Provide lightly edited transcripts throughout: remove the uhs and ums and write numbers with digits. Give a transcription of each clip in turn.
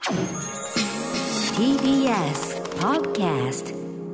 TBS Podcast。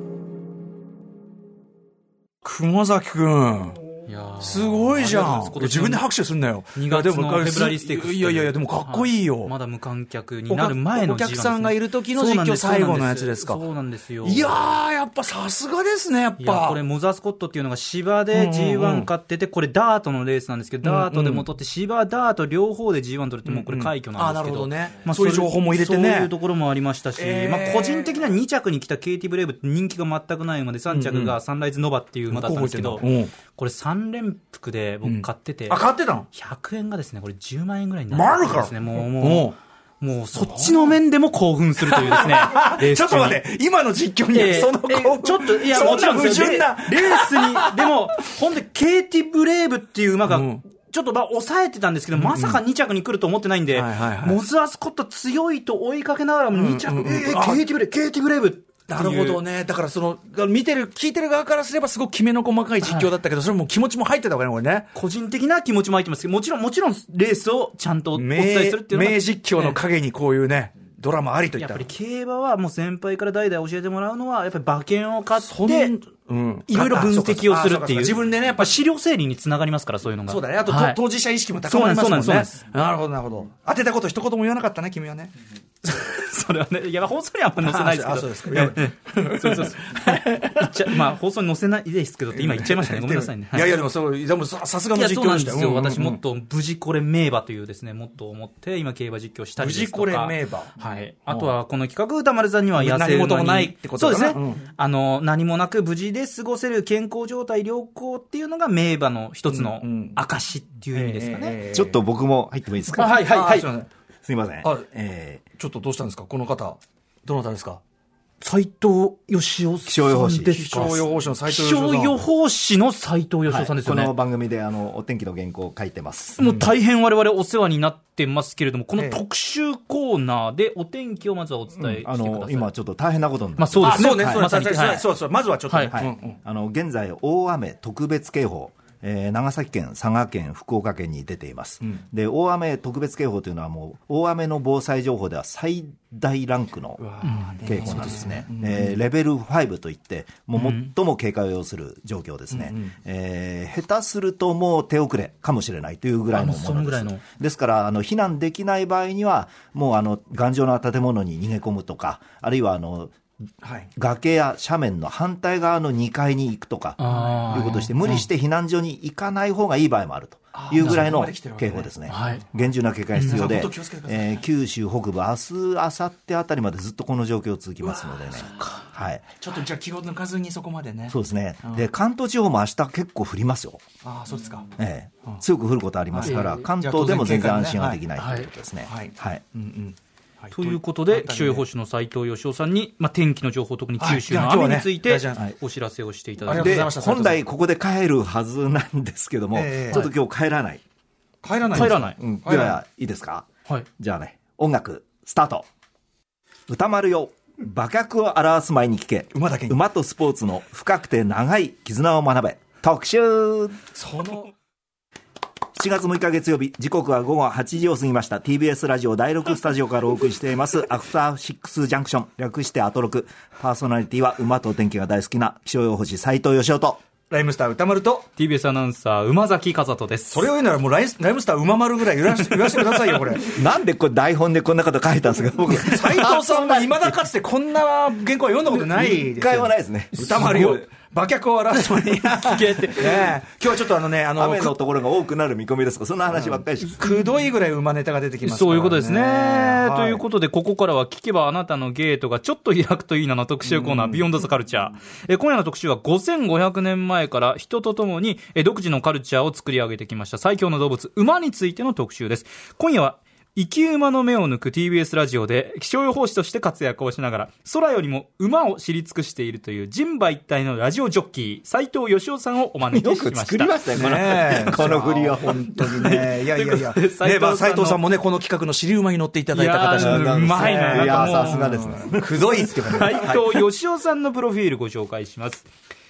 熊崎くん。 いやすごいじゃん。自分で拍手すんなよ。 2月のフェブラリーステークス。 いやでもかっこいいよ。 まだ無観客になる前の G1 ですね。 お客さんがいる時の実況最後のやつですか。 そうなんですよ。 いやー、やっぱさすがですね、やっぱ。 いや、これモザースコットっていうのが芝で G1 勝ってて、これダートのレースなんですけど、ダートでも取って芝、ダート両方で G1 取るってもうこれ快挙なんですけど。 なるほどね。 まあそういう情報も入れてね。 そういうところもありましたし、まあ個人的には2着に来たケイティブレイブって人気が全くない馬で、3着がサンライズノバっていう馬だったんですけど、これ3連服で僕買ってて、 買ってたの ?100 円がですね、これ10万円ぐらいになるんですね。もうそっちの面でも興奮するというですね。 ちょっと待って、今の実況にその興奮。 ちょっと、いや、もちろんですよ。レースに、でも、ほんで、ケイティブレイブっていう馬が、ちょっと抑えてたんですけど、まさか2着に来ると思ってないんで、モズアスコット強いと追いかけながらも2着、ケイティブレイブ。 なるほどね。だから聞いてる側からすればすごくきめの細かい実況だったけど、それも気持ちも入ってたわけね、これね。 個人的な気持ちも入ってますけど、もちろんレースをちゃんとお伝えするっていうのが。 名実況の陰にこういうね、ドラマありといった。 やっぱり競馬はもう先輩から代々教えてもらうのは、やっぱり馬券を買って、いろいろ分析をするっていう。 自分でね、やっぱ資料整理につながりますから、そういうのが。 そうだね。あと、当事者意識も高まりますもんね。なるほど、なるほど。当てたこと一言も言わなかったね、君はね。それはね、いや、放送にはあんま載せないですけど。 そうですか。 まあ、放送に載せないですけどって今言っちゃいましたね。ごめんなさいね。 いや、でもさすがの実況でしたよ。 私もっと無事これ名馬というですね、もっと思って今競馬実況したりですとか。 無事これ名馬。 はい。あとはこの企画歌丸さんには野生何事もないってことかな。そうですね。何もなく無事で過ごせる健康状態良好っていうのが名馬の一つの証っていう意味ですかね。 ちょっと僕も入ってもいいですか。 はい。 すみません。 ちょっとどうしたんですか、この方。どなたですか。 斉藤義雄さんですか。 気象予報士の斉藤義雄さん。気象予報士の斉藤義雄さんですよね。 この番組でお天気の原稿を書いてます。 もう大変我々お世話になってますけれども、この特集コーナーでお天気をまずはお伝えしてください。 今ちょっと大変なことになってます。そうですね。 そうね。そう。まずはちょっと。 現在大雨特別警報。長崎県、佐賀県、福岡県に出ています、で大雨特別警報というのはもう大雨の防災情報では最大ランクの警報なんですね、レベル5といってもう最も警戒を要する状況ですね、下手するともう手遅れかもしれないというぐらいのものです。ですから避難できない場合にはもう頑丈な建物に逃げ込むとか、あるいは崖や斜面の反対側の2階に行くとかいうことをして、無理して避難所に行かない方がいい場合もあるというぐらいの警報ですね。厳重な警戒が必要で、九州北部明日明後日あたりまでずっとこの状況続きますのでね。 ちょっとじゃあ気を抜かずにそこまでね。 そうですね。で関東地方も明日結構降りますよ。 そうですか。 強く降ることありますから、関東でも全然安心はできないということですね。 ということで、気象予報士の斉藤義雄さんに、天気の情報、特に九州の雨についてお知らせをしていただきました。本来ここで帰るはずなんですけども、ちょっと今日帰らない。ではいいですか。じゃあね、音楽スタート。歌丸よ、馬脚を表す前に聞け。馬とスポーツの深くて長い絆を学べ。特集。7月6日月曜日、時刻は午後8時を過ぎました。 TBS ラジオ第6スタジオからお送りしていますアフターシックスジャンクション、略してアトロク。パーソナリティは馬とお天気が大好きな気象予報士斉藤義雄とライムスター歌丸と TBS アナウンサー馬崎和人です。 それを言うならもうライムスター馬丸ぐらい言わせてくださいよこれ。 なんでこれ台本でこんなこと書いたんですか。僕斉藤さんが未だかつてこんな原稿は読んだことないですよ。 一回はないですね。 歌丸よ、馬脚を表す前に聞けて、今日はちょっと雨のところが多くなる見込みですから、そんな話ばっかりしくどいぐらい馬ネタが出てきますからね。 そういうことですね、ということで、ここからは聞けばあなたのゲートがちょっと開くといいなの特集コーナー、ビヨンドザカルチャー。今夜の特集は5500年前から人とともに独自のカルチャーを作り上げてきました最強の動物、馬についての特集です。今夜は生き馬の目を抜く TBS ラジオで気象予報士として活躍をしながら空よりも馬を知り尽くしているという人馬一体のラジオジョッキー斉藤義雄さんをお招きしました。 よく作りましたねこの振りは本当にね。 いや斉藤さんもねこの企画の尻馬に乗っていただいた形でうまいな。 さすがですね。 くどいって斉藤義雄さんのプロフィールご紹介します。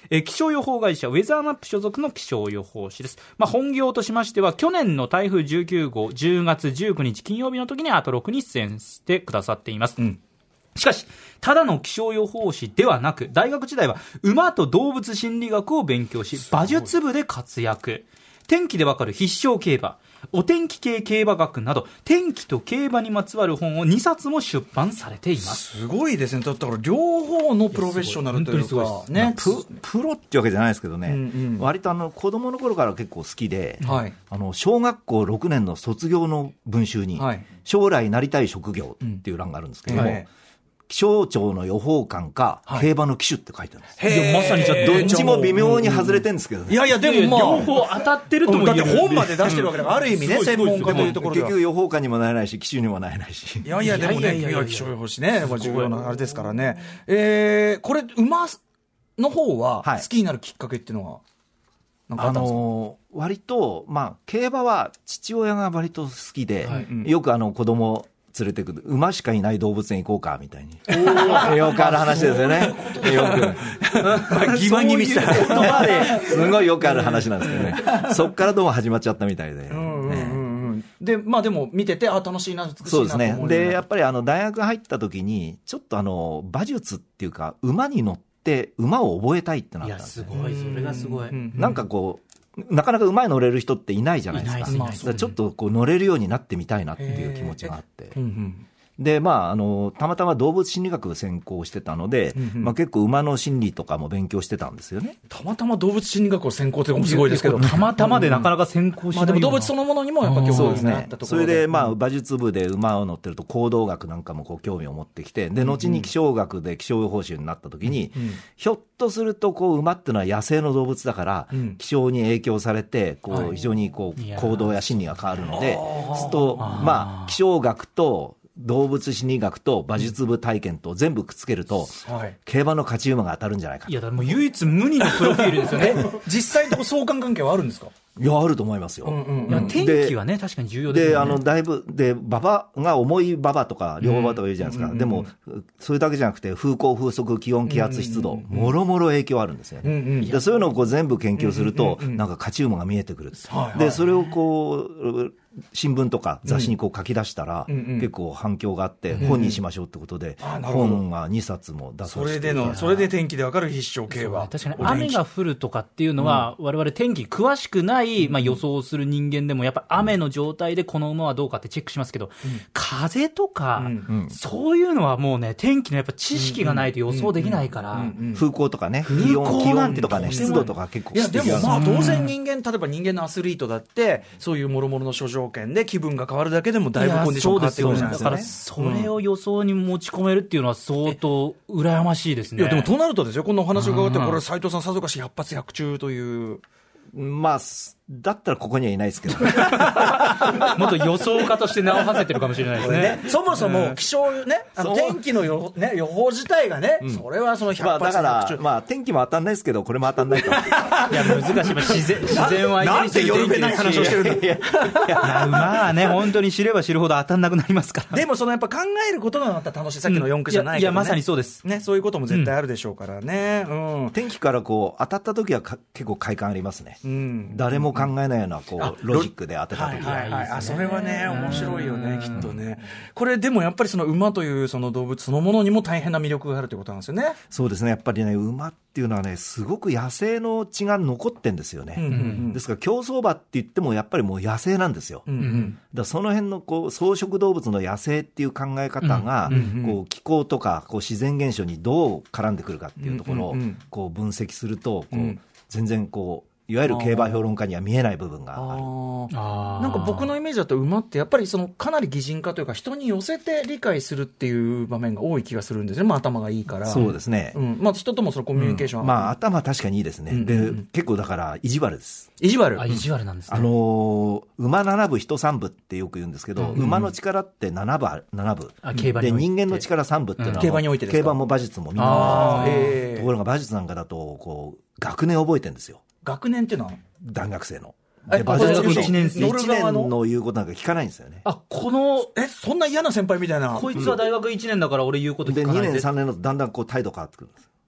気象予報会社ウェザーマップ所属の気象予報士です。本業としましては去年の台風19号10月19日金曜日の時にアトロクに出演してくださっています。しかし、ただの気象予報士ではなく、大学時代は馬と動物心理学を勉強し、馬術部で活躍。天気でわかる必勝競馬、お天気系競馬学など、天気と競馬にまつわる本を2冊も出版されています。 すごいですね。だから両方のプロフェッショナルというか、ね、 プロってわけじゃないですけどね、割と子供の頃から結構好きで、小学校6年の卒業の文集に、将来なりたい職業っていう欄があるんですけども、気象庁の予報官か、競馬の騎手って書いてるんです。 いやまさにじゃどっちも微妙に外れてるんですけどね。 いやいや、でも両方当たってるとも言える。 だって本まで出してるわけだから、ある意味ね、専門家というところでは。 結局予報官にもなれないし、騎手にもなれないし。 いやいや、でもね、気象予報士ね、重要なあれですからね。これ、馬の方は、好きになるきっかけっていうのは、なんかあったんですか？ 割と、競馬は父親が割と好きで、よく子供、連れてくる馬しかいない動物園行こうかみたいによくある話ですよね。よく疑問に見せた言葉ですごいよくある話なんですけどね。そっからどうも始まっちゃったみたいで。 ででも見てて楽しいな、美しいなと思う。 そうですね。でやっぱり大学入った時にちょっと馬術っていうか馬に乗って馬を覚えたいってなったんです。 いやすごい、それがすごい。 なんかなかなか馬に乗れる人っていないじゃないですか。だからちょっと乗れるようになってみたいなっていう気持ちがあって。で、たまたま動物心理学を専攻してたので、結構馬の心理とかも勉強してたんですよね。 たまたま動物心理学を専攻というのもすごいですけど。 たまたまでなかなか専攻しない。 でも動物そのものにもやっぱ興味があったところで。 それで、馬術部で馬を乗ってると行動学なんかも興味を持ってきて、で、後に気象学で気象予報士になった時に、ひょっとすると馬っていうのは野生の動物だから、気象に影響されて、非常に行動や心理が変わるので、そうすると、気象学と、動物心理学と馬術部体験と全部くっつけると、競馬の勝ち馬が当たるんじゃないか。 いや、だからもう唯一無二のプロフィールですよね。 実際の相関関係はあるんですか？ いや、あると思いますよ。 天気はね、確かに重要ですよね。 だいぶ、馬場が重い馬場とか、両馬場とか言うじゃないですか。でも、それだけじゃなくて、風向、風速、気温、気圧、湿度、もろもろ影響あるんですよね。で、そういうのを全部研究すると、なんか勝ち馬が見えてくる。で、それを新聞とか雑誌に書き出したら、結構反響があって、本にしましょうってことで、本が2冊も出させて。 それで天気でわかる必勝競馬。 確かに雨が降るとかっていうのは、我々天気詳しくない、予想する人間でも、やっぱり雨の状態でこの馬はどうかってチェックしますけど、風とか、そういうのはもうね、天気のやっぱ知識がないと予想できないから。 風向とかね、気温とかね、湿度とか結構。 いや、でも当然人間、例えば人間のアスリートだって、そういう諸々の諸条件で気分が変わるだけでもだいぶコンディション変わってくるじゃないですか。 だからそれを予想に持ち込めるっていうのは相当羨ましいですね。 いや、でもとなるとですよ、このお話を伺って、これ斉藤さんさぞかし百発百中という。 だったらここにはいないですけど。 もっと予想家として名を馳せてるかもしれないですね。 そもそも気象ね、天気の予報自体がね、それはその百発百中。 だから、天気も当たんないですけど、これも当たんないと。いや、難しい。自然はなんてよるべない話をしてるんだ。いや、馬はね、本当に知れば知るほど当たんなくなりますから。 でもやっぱ考えることがまた楽しい。さっきの4区じゃないけどね。 いや、まさにそうです。 ね、そういうことも絶対あるでしょうからね。 天気から当たった時は結構快感ありますね。誰も考えないようなロジックで当てた時は。それはね、面白いよね、きっとね。これでもやっぱりその馬というその動物そのものにも大変な魅力があるということなんですよね。 そうですね。やっぱりね、馬っていうのはね、すごく野生の血が残ってんですよね。ですから競走馬って言ってもやっぱりもう野生なんですよ。だからその辺の草食動物の野生っていう考え方が気候とか自然現象にどう絡んでくるかっていうところを分析すると全然いわゆる競馬評論家には見えない部分がある。 なんか僕のイメージだと馬ってやっぱりかなり擬人化というか人に寄せて理解するっていう場面が多い気がするんですね。頭がいいから。 そうですね。 人ともそのコミュニケーションは、 頭確かにいいですね。で、結構だから意地悪です。 意地悪。 意地悪なんですね。 馬7部人3部ってよく言うんですけど、馬の力って7部。で、人間の力3部っていうのは競馬においてですか？ 競馬も馬術もみんな。ところが馬術なんかだと学年覚えてるんですよ。 学年っていうのは大学生の。 馬術1年生。 1年の言うことなんか聞かないんですよね。 そんな嫌な先輩みたいな。 こいつは大学1年だから俺言うこと聞かないで、2年3年のだんだん態度変わってくるんです。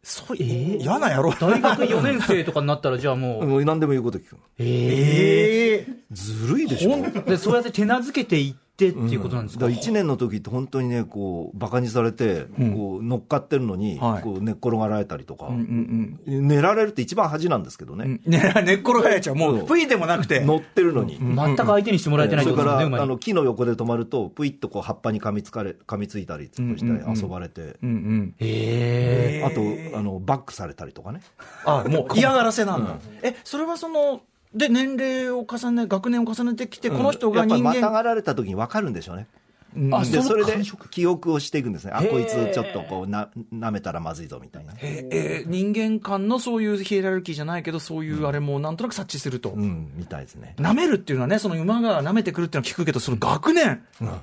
そう嫌な野郎。 大学4年生とかになったら、じゃあもう。 何でも言うこと聞く。ずるいでしょ。 で、そうやって手なずけていってっていうことなんですか。 1年の時って本当にね、こう、馬鹿にされて、こう、乗っかってるのに、こう、寝っ転がられたりとか、寝られるって一番恥なんですけどね。 寝っ転がれちゃう。もう、ぷいでもなくて。 乗ってるのに。 全く相手にしてもらえてないってことですね。 それから、木の横で止まると、ぷいっとこう、葉っぱに噛みついたり、して遊ばれて。あと、バックされたりとかね。 もう嫌がらせなんだ。それはで、年齢を学年を重ねてきて、この人が人間。 やっぱりまたがられた時に分かるんでしょうね。でそれで記憶をしていくんですね。こいつちょっとこう舐めたらまずいぞみたいな。 人間間のそういうヒエラルキーじゃないけど、そういうあれもなんとなく察知すると。 みたいですね。 舐めるっていうのはね、その馬が舐めてくるっていうのは聞くけど、その学年。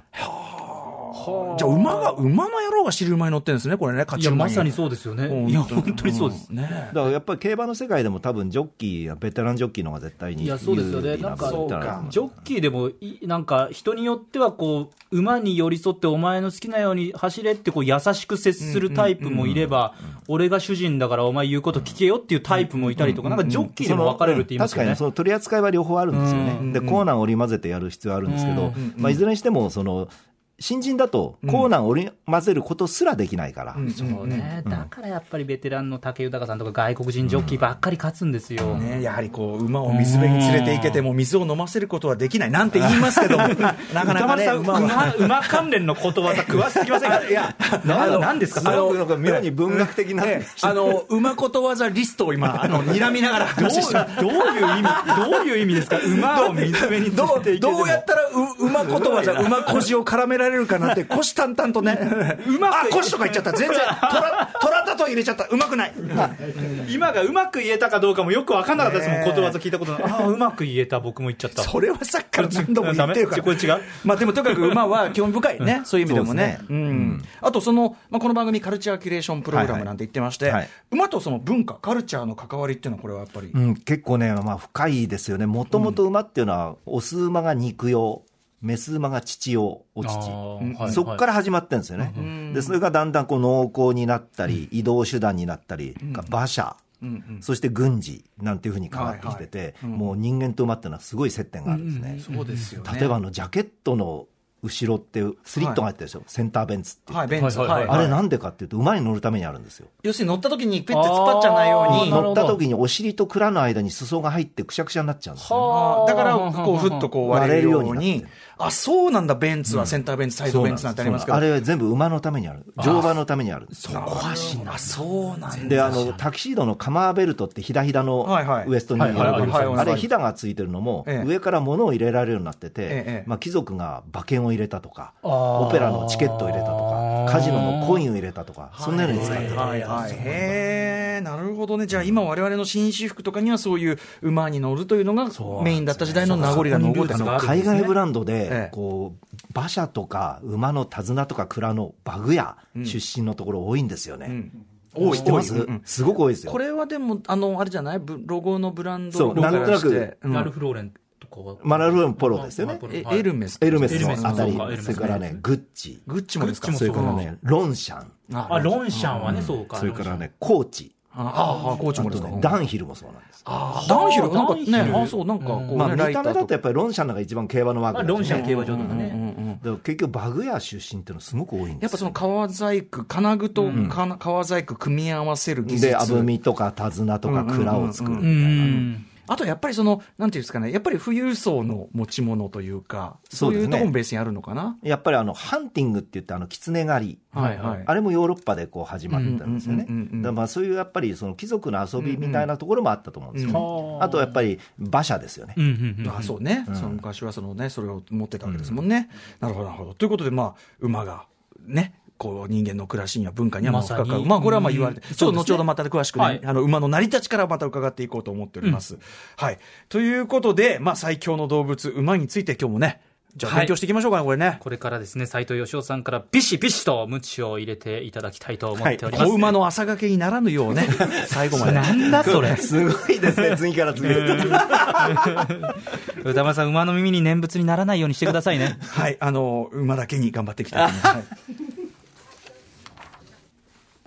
じゃあ馬の野郎が尻馬に乗ってるんですね、これね、勝ち馬に。 いや、まさにそうですよね。いや、本当にそうですね。 だからやっぱり競馬の世界でも多分ジョッキーやベテランジョッキーの方が絶対に有利な。いや、そうですよね。なんか、 ジョッキーでも、なんか人によってはこう、馬に寄り添ってお前の好きなように走れってこう優しく接するタイプもいれば、俺が主人だからお前言うこと聞けよっていうタイプもいたりとか、なんかジョッキーでも分かれるって言いますよね。 確かにその取り扱いは両方あるんですよね。で、コーナーを織り交ぜてやる必要あるんですけど、いずれにしても新人だとコーナーを織り交ぜることすらできないから、 そうね、だからやっぱりベテランの武豊さんとか外国人ジョッキーばっかり勝つんですよ、 やはりこう馬を水辺に連れて行けても水を飲ませることはできないなんて言いますけどもなかなかね馬関連のことわざ詳しすぎませんか。いや何ですか妙に文学的な馬ことわざリストを今睨みながら話してどういう意味ですか。馬を水辺に連れて行けてどうやったら馬ことわざ馬腰を絡められるかなって虎視眈々とね腰とか言っちゃった全然虎だと入れちゃったうまくない今がうまく言えたかどうかもよく分かんなかったですもん。ことわざ聞いたことない。うまく言えた。僕も言っちゃった。 それはさっきから何度も言ってるからこれ違う。 まあでもとにかく馬は興味深いねそういう意味でもね。あとこの番組カルチャーキュレーションプログラムなんて言ってまして馬とその文化カルチャーの関わりっていうのはこれはやっぱり結構ね深いですよね。もともと馬っていうのはオス馬が肉用メス馬が乳用お乳、そこから始まってるんですよね。でそれがだんだんこう農耕になったり、移動手段になったり、馬車、そして軍事なんていうふうに変わってきてて、もう人間と馬っていうのはすごい接点があるんですね。 そうですよね。 例えばジャケットの後ろってスリットが入ってるでしょ、センターベンツって言って、 ベンツ、 あれなんでかっていうと馬に乗るためにあるんですよ。 要するに乗った時にペッて突っ張っちゃわないように乗った時にお尻と蔵の間に裾が入ってくしゃくしゃになっちゃうんですよ、 だからこうふっとこう割れるようにそうなんだ。ベンツはセンターベンツ、サイドベンツなんてありますけど、 あれは全部馬のためにある、乗馬のためにある。 詳しいな。そうなんでタキシードのカマーベルトってひだひだのウエストにあれひだがついてるのも上から物を入れられるようになってて、貴族が馬券を入れたとかオペラのチケットを入れたとかカジノのコインを入れたとか、そんなように使ってる。 へえ、なるほどね。じゃあ今我々の紳士服とかにはそういう馬に乗るというのがメインだった時代の名残が残ってる。 海外ブランドでこう馬車とか馬の手綱とか蔵の馬具屋出身のところ多いんですよね。知ってます？すごく多いですよ。 これはでもあれじゃないロゴのブランドそうなんとなくラルフローレンマラルーンポロですよね。 エルメスのあたり、それからねグッチもですか。 それからねロンシャン、 ロンシャンはね、そうか。 それからねコーチ、 コーチもですか。 ダンヒルもそうなんです。 ダンヒルなんかね、そうなんかこう見た目だとやっぱりロンシャンのが一番競馬のマーク。 ロンシャン競馬場とかね。 結局馬具屋出身っていうのすごく多いんです。 やっぱその革細工、金具と革細工組み合わせる技術で、あぶみとか手綱とか蔵を作るみたいな。 あとやっぱりなんていうんですかね、やっぱり富裕層の持ち物というか、そういうところもベースにあるのかな。 やっぱりハンティングって言って狐狩り、あれもヨーロッパでこう始まったんですよね。だからそういうやっぱりその貴族の遊びみたいなところもあったと思うんですよ。あとやっぱり馬車ですよね。 そうね。その昔はそれを持ってたわけですもんね。なるほどなるほど。ということで馬がね。こう人間の暮らしには文化には深く、これは言われて、ちょっと後ほどまた詳しくね、馬の成り立ちからまた伺っていこうと思っております。はい。ということで、最強の動物、馬について今日もね、じゃあ勉強していきましょうかね、これね。 これからですね、斉藤義雄さんからビシビシとムチを入れていただきたいと思っております。 子馬の朝掛けにならぬようね、最後まで。 なんだそれ。 すごいですね、次から次へと。 歌丸さん、馬の耳に念仏にならないようにしてくださいね。 はい、馬だけに頑張っていきたいと思います。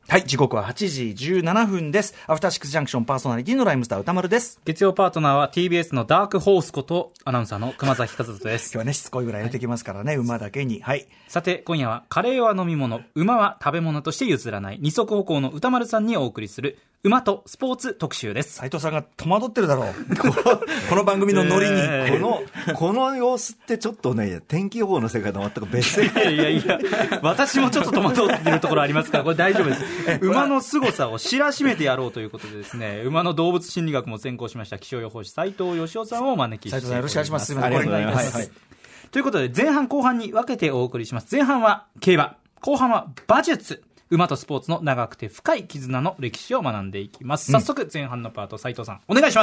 はい、時刻は8時17分です。アフターシックスジャンクションパーソナリティのライムスター歌丸です。 月曜パートナーは TBS のダークホースことアナウンサーの熊崎和人です。 今日はね、しつこいぐらい入れてきますからね、馬だけに。はい。 さて、今夜はカレーは飲み物、馬は食べ物として譲らない二足歩行の歌丸さんにお送りする馬とスポーツ特集です。 斉藤さんが戸惑ってるだろう。この番組のノリに。 この様子ってちょっとね、天気予報の世界と全く別世界。 いや、私もちょっと戸惑ってるところありますから、これ大丈夫です。馬の凄さを知らしめてやろうということでですね、馬の動物心理学も専攻しました気象予報士斉藤義雄さんをお招きしております。斉藤さんよろしくお願いします。 ありがとうございます。はい、 ということで前半後半に分けてお送りします。前半は競馬、後半は馬術。馬とスポーツの長くて深い絆の歴史を学んでいきます。早速前半のパート、斉藤さんお願いします。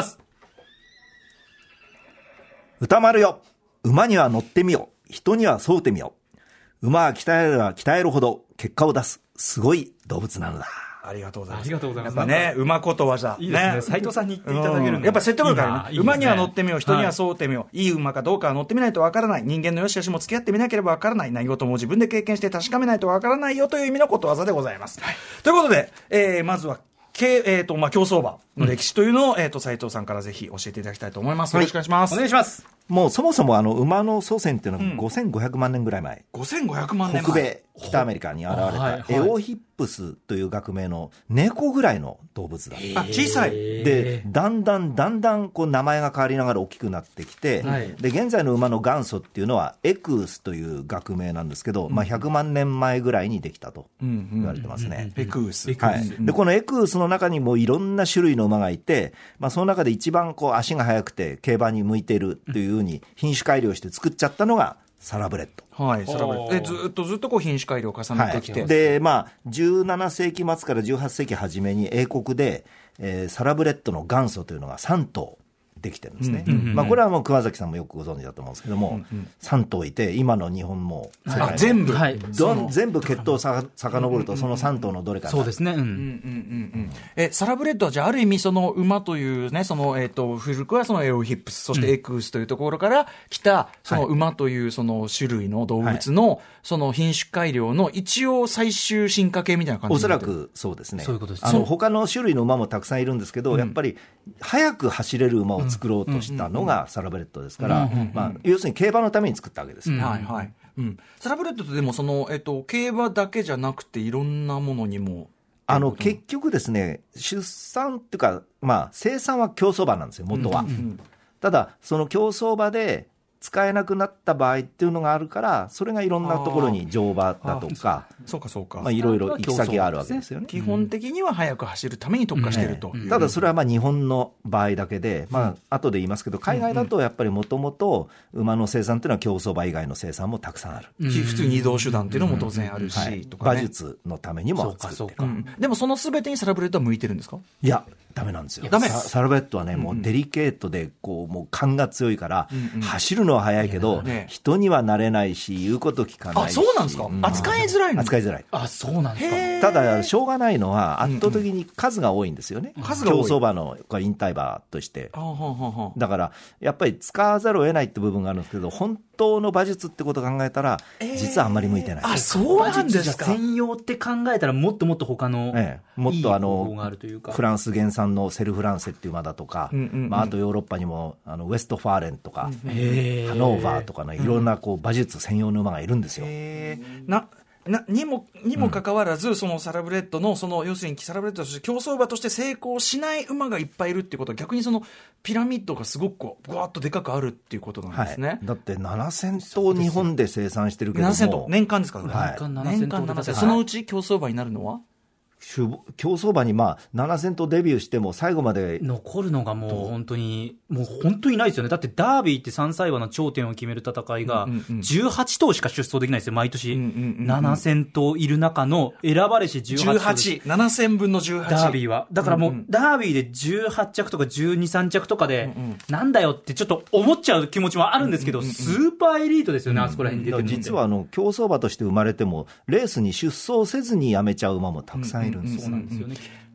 歌丸よ、馬には乗ってみよ、人には沿うてみよ。馬は鍛えれば鍛えるほど結果を出すすごい動物なのだ。 ありがとうございます。 ありがとうございます。 やっぱね、馬ことわざ。 いいですね。斉藤さんに言っていただけるの。 やっぱ説得力あるね。馬には乗ってみよう、人には沿ってみよう。いい馬かどうかは乗ってみないとわからない。人間の良し悪しも付き合ってみなければわからない。何事も自分で経験して確かめないとわからないよという意味のことわざでございます。はい、ということで、まずは、競走馬の歴史というのを、斉藤さんからぜひ教えていただきたいと思います。よろしくお願いします。 お願いします。 もうそもそも馬の祖先っていうのは5500万年ぐらい前。 5500万年前。 北米、北アメリカに現れたエオヒップスという学名の猫ぐらいの動物だった。 小さい。 で、だんだんこう名前が変わりながら大きくなってきて、で、現在の馬の元祖っていうのはエクースという学名なんですけど、100万年前ぐらいにできたと言われてますね。 エクース。 はい。で、このエクースの中にもいろんな種類の馬がいて、その中で一番こう足が速くて競馬に向いているというふうに品種改良して作っちゃったのがサラブレッド。 はい、サラブレッド。ずっとこう品種改良を重ねてきて。 で、17世紀末から18世紀初めに英国で、サラブレッドの元祖というのが3頭できてるんですね。これはもう熊崎さんもよくご存知だと思うんですけども、3頭いて、今の日本も世界も全部、 全部血統を遡ると、その3頭のどれかになる。 そうですね。 サラブレッドはじゃあある意味その馬というね、古くはそのエオヒップス、そしてエクースというところから来たその馬というその種類の動物のその品種改良の一応最終進化系みたいな感じ。 おそらくそうですね。 そういうことです。 他の種類の馬もたくさんいるんですけど、やっぱり速く走れる馬を作ろうとしたのがサラブレッドですから、要するに競馬のために作ったわけです。 サラブレッドってでもその、競馬だけじゃなくていろんなものにも結局ですね、出産っていうか、生産は競走馬なんですよ、元は。ただその競走馬で使えなくなった場合っていうのがあるから、それがいろんなところに乗馬だとか、いろいろ行き先があるわけですよね。 基本的には速く走るために特化していると。 ただそれは日本の場合だけで、後で言いますけど、海外だとやっぱりもともと馬の生産っていうのは競走馬以外の生産もたくさんある。 普通に移動手段っていうのも当然あるし、 馬術のためにも作ってる。 でもその全てにサラブレッドは向いてるんですか？ いや、ダメなんですよ。サラブレッドはね、もうデリケートでもう勘が強いから、走るのは速いけど、人にはなれないし、言うこと聞かないし。 そうなんですか？扱いづらいの？ 扱いづらい。 そうなんですか。 ただしょうがないのは圧倒的に数が多いんですよね。競走馬の引退馬として。だからやっぱり使わざるを得ないって部分があるんですけど、本当の馬術ってことを考えたら、実はあんまり向いてない。 そうなんですか。 専用って考えたらもっともっと他のもっと方法があるというか、 フランス原産のセルフランセっていう馬だとか、あとヨーロッパにもウェストファーレンとかハノーバーとかのいろんな馬術専用の馬がいるんですよ。 にもかかわらず、そのサラブレッドの要するにサラブレッドとして競走馬として成功しない馬がいっぱいいるっていうことは、逆にそのピラミッドがすごくこうぐわっとでかくあるっていうことなんですね。 だって7000頭日本で生産してるけども、 7000頭年間ですか？ 年間7000頭。 そのうち競走馬になるのは競走馬に7000頭デビューしても最後まで残るのがもう本当にないですよね。だってダービーって3歳馬の頂点を決める戦いが18頭しか出走できないですよ、毎年。7000頭いる中の選ばれし18 7000分の18 ダービーは。だからもうダービーで18着とか12、3着とかでなんだよってちょっと思っちゃう気持ちもあるんですけど、スーパーエリートですよね、あそこら辺に出てるのって。 実は競走馬として生まれてもレースに出走せずにやめちゃう馬もたくさんいるんですよ。 そうなんですよね。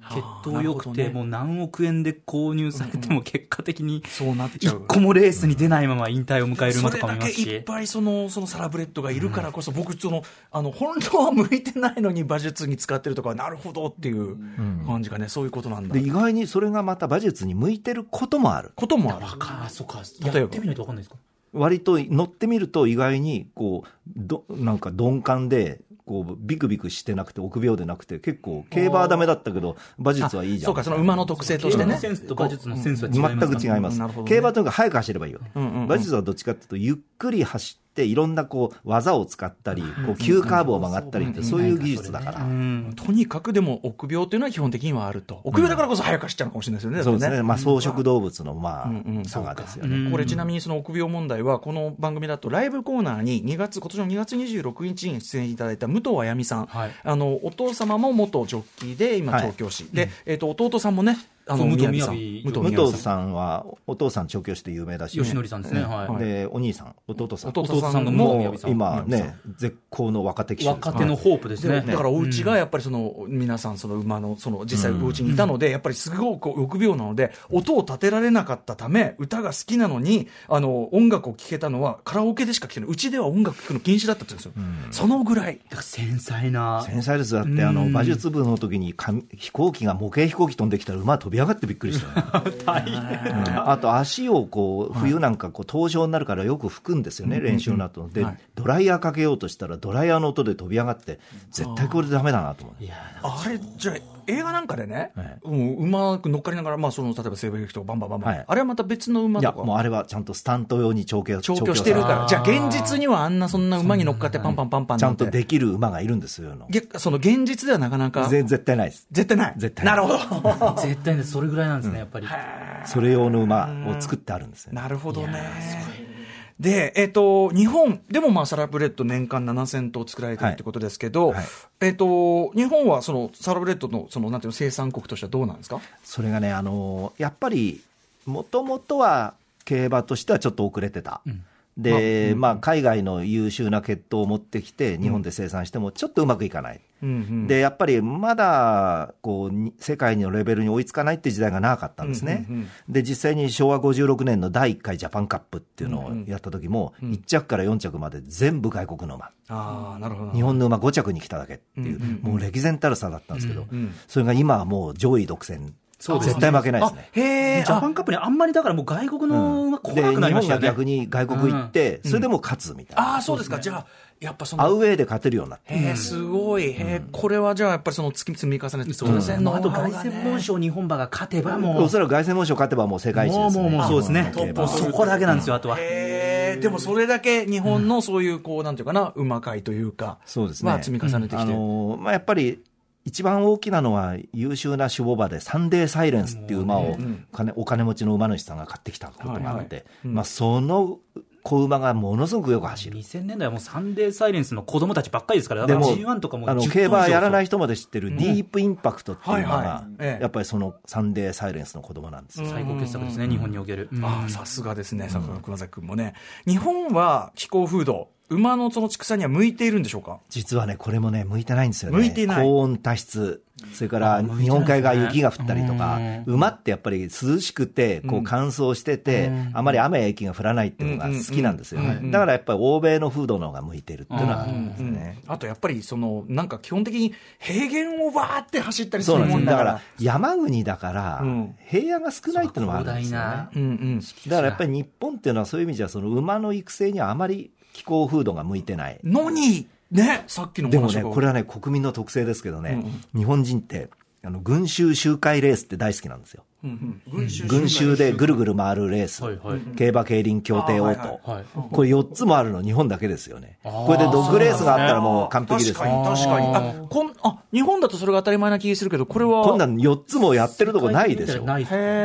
血統良くて、もう何億円で購入されても結果的にそうなっちゃう。 一個もレースに出ないまま引退を迎える馬とかもいますし、 それだけいっぱいそのサラブレッドがいるからこそ、僕本当は向いてないのに馬術に使ってるとか、なるほどっていう感じがね、そういうことなんだ。 で意外にそれがまた馬術に向いてることもある。 そうか、やってみないと分かんないですか。 割と乗ってみると意外になんか鈍感でビクビクしてなくて臆病でなくて、結構競馬はダメだったけど馬術はいいじゃん。 そうか、その馬の特性としてね。 センスと馬術のセンスは違いますか。 全く違います。 なるほどね。 競馬というか速く走ればいいよ。馬術はどっちかっていうとゆっくり走っていろんな技を使ったり急カーブを曲がったりって、そういう技術だから。 とにかくでも臆病というのは基本的にはあると。臆病だからこそ速く走っちゃうのかもしれないですよね。 そうですね。まあ草食動物の差がですよね。 これちなみにその臆病問題はこの番組だとライブコーナーに今年の2月26日に出演いただいた武藤あやみさん、お父様も元ジョッキーで今調教師で、弟さんもね、武藤さんはお父さん調教師で有名だし、 吉典さんですね。 でお兄さん弟さんがも今ね絶好の若手騎手、 若手のホープですね。 だからお家がやっぱり皆さんその馬の実際お家にいたので、やっぱりすごく臆病なので音を立てられなかったため、歌が好きなのに音楽を聴けたのはカラオケでしか聴けない、うちでは音楽聴くの禁止だったって言うんですよ。そのぐらいだから繊細です。だって馬術部の時に飛行機が模型飛行機飛んできたら馬飛び上がってびっくりしたよ大変。 あと足を冬なんか凍傷になるからよく拭くんですよね、練習の後で、ドライヤーかけようとしたらドライヤーの音で飛び上がって、絶対これダメだなと思って。 あれじゃあ映画なんかでね、馬乗っかりながら、例えば西部劇とかバンバンバンバン、あれはまた別の馬とか。 いやもうあれはちゃんとスタント用に調教してるから。じゃあ現実にはそんな馬に乗っかってパンパンパンパンちゃんとできる馬がいるんですよ。 その現実ではなかなか絶対ないです。 絶対ない。なるほど。 絶対ね、それぐらいなんですね、やっぱり。 それ用の馬を作ってあるんですよ。 なるほどね。で、日本でもサラブレッド年間7000頭作られてるってことですけど、日本はそのサラブレッドのなんていうの生産国としてはどうなんですか？ それがね、やっぱりもともとは競馬としてはちょっと遅れてた。で、海外の優秀な血統を持ってきて日本で生産してもちょっとうまくいかない。でやっぱりまだ世界のレベルに追いつかないっていう時代が長かったんですね。で実際に昭和56年の第1回ジャパンカップっていうのをやった時も、1着から4着まで全部外国の馬。 なるほど。 日本の馬5着に来ただけっていう、もう歴然たる差だったんですけど、それが今はもう上位独占。絶対負けないですね。 ジャパンカップにあんまりだからもう外国の馬来なくなりましたよね。 日本が逆に外国行って、それでも勝つみたいな。 そうですか。じゃあやっぱアウェーで勝てるようになって。 すごい。これはじゃあやっぱり積み重ねて、当然のあと凱旋門賞日本馬が勝てばもう、 おそらく凱旋門賞勝てばもう世界一ですね。 もうそうですね。そこだけなんですよ、あとは。 でもそれだけ日本のそういうなんていうかな、馬界というか、 そうですね。 積み重ねてきて、 やっぱり一番大きなのは優秀な種牡馬でサンデーサイレンスっていう馬をお金持ちの馬主さんが買ってきたことがあって、その子馬がものすごくよく走る。 2000年代はもうサンデーサイレンスの子供たちばっかりですから、だから G1 とかも競馬やらない人まで知ってるディープインパクトっていうのがやっぱりそのサンデーサイレンスの子供なんですよ。 最高傑作ですね、日本における。 さすがですね、熊崎君もね。日本は気候風土、馬の畜産には向いているんでしょうか？ 実はね、これもね、向いてないんですよね。 向いてない。 高温多湿、それから日本海側雪が降ったりとか、馬ってやっぱり涼しくて乾燥してて、あまり雨や雪が降らないっていうのが好きなんですよね。だからやっぱり欧米の風土の方が向いてるっていうのがあるんですね。 あとやっぱりなんか基本的に平原をバーって走ったりするもんだから。だから山国だから平野が少ないっていうのもあるんですよね。だからやっぱり日本っていうのはそういう意味じゃ馬の育成にはあまり気候風土が向いてないのにね、さっきの話でもね、これはね、国民の特性ですけどね、日本人って群衆周回レースって大好きなんですよ。群衆でぐるぐる回るレース、競馬競輪競艇オート、これ4つもあるの日本だけですよね。これでドッグレースがあったらもう完璧です。 確かに日本だとそれが当たり前な気がするけど、これはこんなん4つもやってるとこないでしょ。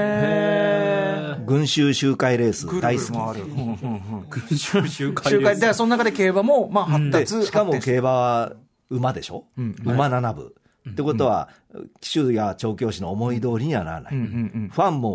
群衆周回レース大好き。 群衆周回レースで、その中で競馬も発達、 しかも競馬は馬でしょ、馬7部ってことは騎手や調教師の思い通りにはならない、ファンも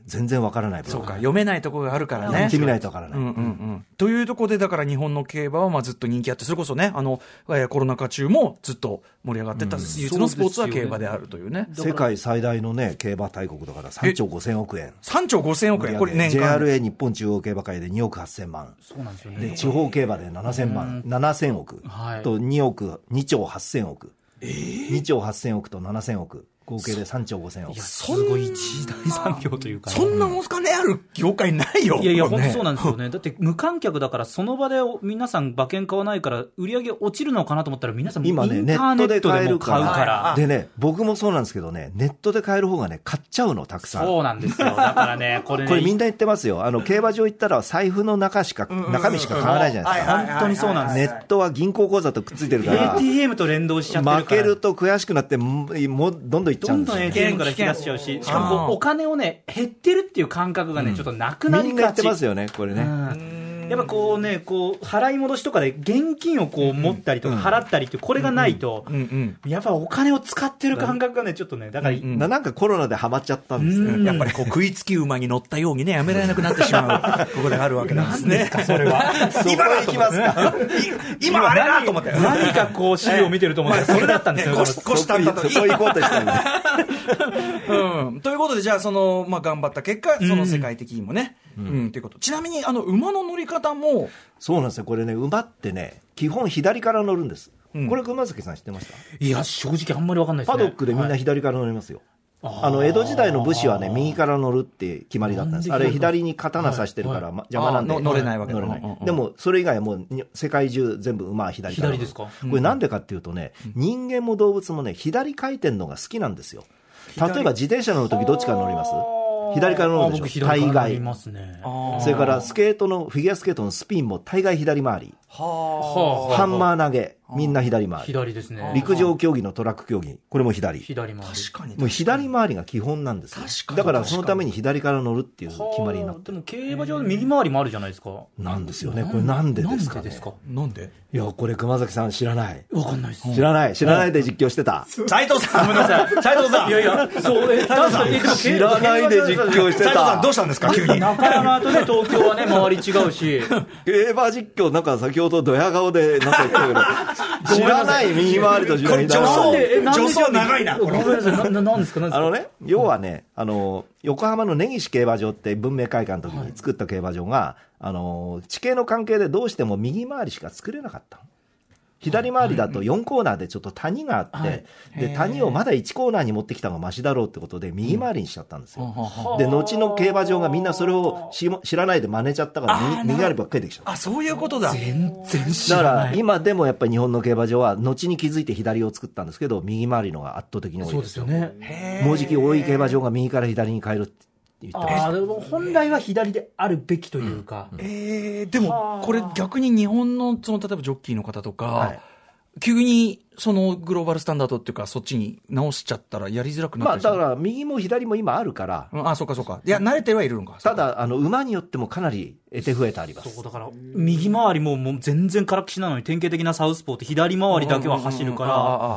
全然わからない部分。 そうか、読めないところがあるからね。 見てみないとわからない。 というところで、だから日本の競馬はまあずっと人気あって、それこそね、コロナ禍中もずっと盛り上がってた、唯一のスポーツは競馬であるというね。 世界最大のね、競馬大国だから3兆5000億円。 3兆5000億円。これ年間。 JRA 日本中央競馬会で2億8000万。 そうなんですよね。 で、地方競馬で7000万、7000億。と2兆8000億。2兆8000億と7000億。合計で3兆5000億。 すごい一大産業というか、 そんなお金ある業界ないよ。 いやいや、本当そうなんですよね。だって無観客だから、その場で皆さん馬券買わないから、売り上げ落ちるのかなと思ったら、皆さんインタ今ね、ネーネットでも買うか。 からでね、僕もそうなんですけどね、ネットで買える方がね、買っちゃうの、たくさん。 そうなんですよ。だからね、これみんな言ってますよ。競馬場行ったら財布の中身しか買わないじゃないですか。 本当にそうなんです。 ネットは銀行口座とくっついてるから、 ATM と連動しちゃってるから。 負けると悔しくなって、もうどんどんいっちゃうんですよね。 どんどん ATMから引き出しちゃうし、しかもお金をね、減ってるっていう感覚がね、ちょっとなくなりがち。 みんな言ってますよね、これね。 やっぱこうね、払い戻しとかで現金を持ったりとか払ったりって、これがないと、やっぱお金を使ってる感覚がね、ちょっとね、だから、 なんかコロナでハマっちゃったんですね。 やっぱり食いつき馬に乗ったようにね、やめられなくなってしまう、ここであるわけなんですね。 それは。 今行きますか。 今あれだと思って。 何か資料を見てると思ったら、それだったんですよ。 そこ行こうとしたんで。 ということで、じゃあ、頑張った結果、世界的にもね、ということ。ちなみに、馬の乗り方も。 そうなんですよ。これね、馬ってね、基本左から乗るんです。これ、熊崎さん知ってました？ いや、正直あんまりわかんないですね。 パドックでみんな左から乗りますよ。江戸時代の武士はね、右から乗るって決まりだったんです。あれ、左に刀刺してるから邪魔なんで。 乗れないわけだ。 でも、それ以外はもう、世界中全部馬は左から乗る。 左ですか？ これなんでかっていうとね、人間も動物もね、左回転のが好きなんですよ。例えば自転車乗るときどっちから乗ります？左から乗るでしょ。大概。それからフィギュアスケートのスピンも大概左回り。ハンマー投げ、みんな左回り。 左ですね。 陸上競技のトラック競技、これも左。 左回り。 確かに。 もう左回りが基本なんですよ。だからそのために左から乗るっていう決まりになってる。 でも競馬場で右回りもあるじゃないですか。 なんですよね。これなんでですかね。 なんで？ いや、これ熊崎さん知らない。 わかんないです。 知らないで実況してた。 斉藤さん、ごめんなさい。斉藤さん。 いやいや、そう、確かに。 知らないで実況してた。斉藤さん、どうしたんですか、急に。 中山とね、東京はね、周り違うし。 競馬実況、なんか先ほどドヤ顔で、なんか言ってるけど、知らない右回りと左回り。 助走長いな。 ごめんなさい、何ですか？ 要はね、横浜の根岸競馬場って文明開化の時に作った競馬場が、地形の関係でどうしても右回りしか作れなかった。左回りだと4コーナーでちょっと谷があって、で谷をまだ1コーナーに持ってきた方がマシだろうってことで右回りにしちゃったんですよ。で後の競馬場がみんなそれを知らないで真似ちゃったから右回りばっかりできちゃった。 あ、そういうことだ。 全然知らない。 だから今でもやっぱり日本の競馬場は後に気づいて左を作ったんですけど、右回りのが圧倒的に多いですよ。 そうですよね。 もうじき多い競馬場が右から左に変えるって言ってました。 でも本来は左であるべきというか。 でもこれ逆に日本の例えばジョッキーの方とか、急にそのグローバルスタンダードっていうか、そっちに直しちゃったらやりづらくなってだから右も左も今あるから、 そうかそうか。いや、慣れてはいるのか。 ただ馬によってもかなり得手不得手あります。 そうだから、右回りもう全然からっきしなのに、典型的なサウスポーって左回りだけは走るから、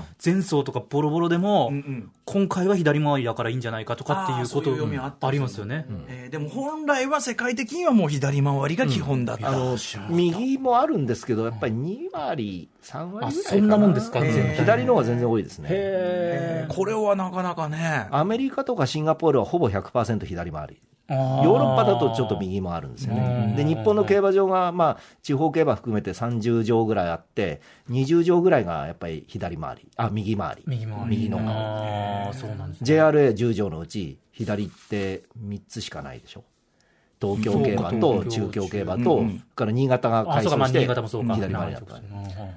前走とかボロボロでも、今回は左回りだからいいんじゃないかとかっていうことありますよね。 でも本来は世界的にはもう左回りが基本だった。 右もあるんですけど、やっぱり2回り3割ぐらいかな。 そんなもんですか？ 左の方が全然多いですね。 これはなかなかね。 アメリカとかシンガポールはほぼ 100% 左回り。ヨーロッパだとちょっと右もあるんですよね。で日本の競馬場が、地方競馬含めて30場ぐらいあって、20場ぐらいがやっぱり左回り、右回り、右の側。 そうなんですね。 JRA10 場のうち左って3つしかないでしょ。東京競馬と中京競馬と、から新潟が改装して左回りだった。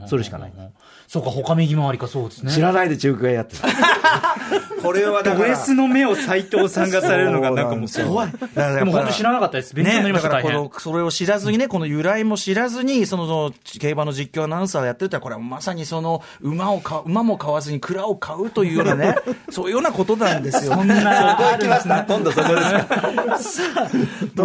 それしかない。 そうか、他右回りか。そうですね。 知らないで中京やってた。 これはだからド S の目を斉藤さんがされるのがなんかもう怖い。でも本当知らなかったです。勉強になりました。 だからそれを知らずにね、この由来も知らずにその競馬の実況アナウンサーをやってたら、これはまさにその馬も買わずに蔵を買うというようなね、そういうようなことなんですよ。 そんなそこ行きました。今度そこですか。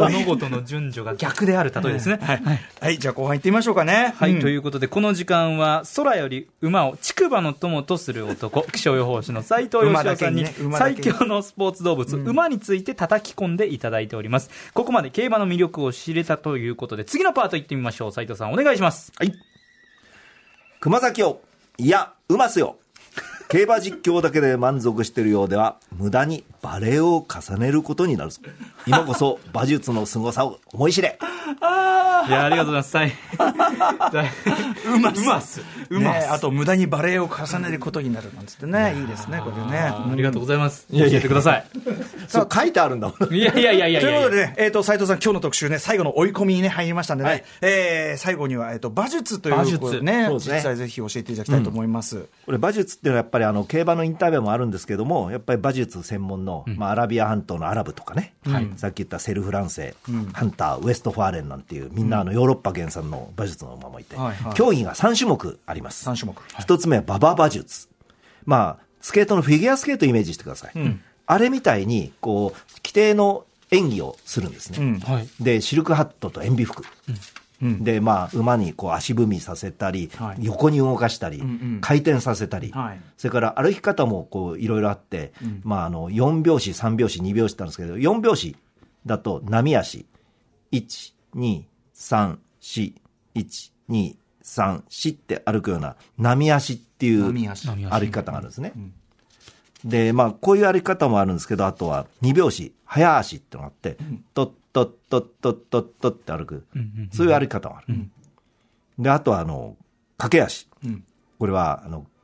物事の順序が逆である例えですね。 はい、じゃあ後半行ってみましょうかね。 はい、ということでこの時間は空より馬を竹馬の友とする男、気象予報士の斉藤義雄さんに最強のスポーツ動物、馬について叩き込んでいただいております。ここまで競馬の魅力を知れたということで、次のパート行ってみましょう。斉藤さんお願いします。 はい。熊崎よ、いや馬すよ。競馬実況だけで満足しているようでは無駄にバレエを重ねることになるぞ。今こそ馬術の凄さを思い知れ。 いや、ありがとうございます。 うますあと無駄にバレエを重ねることになるなんつってね、いいですねこれね。 ありがとうございます。教えてください。 そう書いてあるんだもん。 いやということでね、斉藤さん今日の特集ね、最後の追い込みにね入りましたんでね、最後には馬術ということでね、実際ぜひ教えていただきたいと思います。 これ馬術っていうのはやっぱり競馬のインタビューもあるんですけども、やっぱり馬術専門の、アラビア半島のアラブとかね、さっき言ったセルフランセ、ハンター、ウエストファーレンなんていうみんなヨーロッパ原産の馬術の馬もいて、競技が3種目あります。 3種目。 1つ目は馬場馬術。スケートのフィギュアスケートをイメージしてください。あれみたいにこう規定の演技をするんですね。でシルクハットと塩ビ服。で馬にこう足踏みさせたり、横に動かしたり、回転させたり、それから歩き方もこういろいろあって、4拍子3拍子2拍子ってあるんですけど、4拍子だと波足 1,2,3,4,1,2,3,4 って歩くような波足っていう歩き方があるんですね。でこういう歩き方もあるんですけど、あとは2拍子早足ってのがあって、トットットットットットッって歩く、そういう歩き方もある。であとは駆け足、これは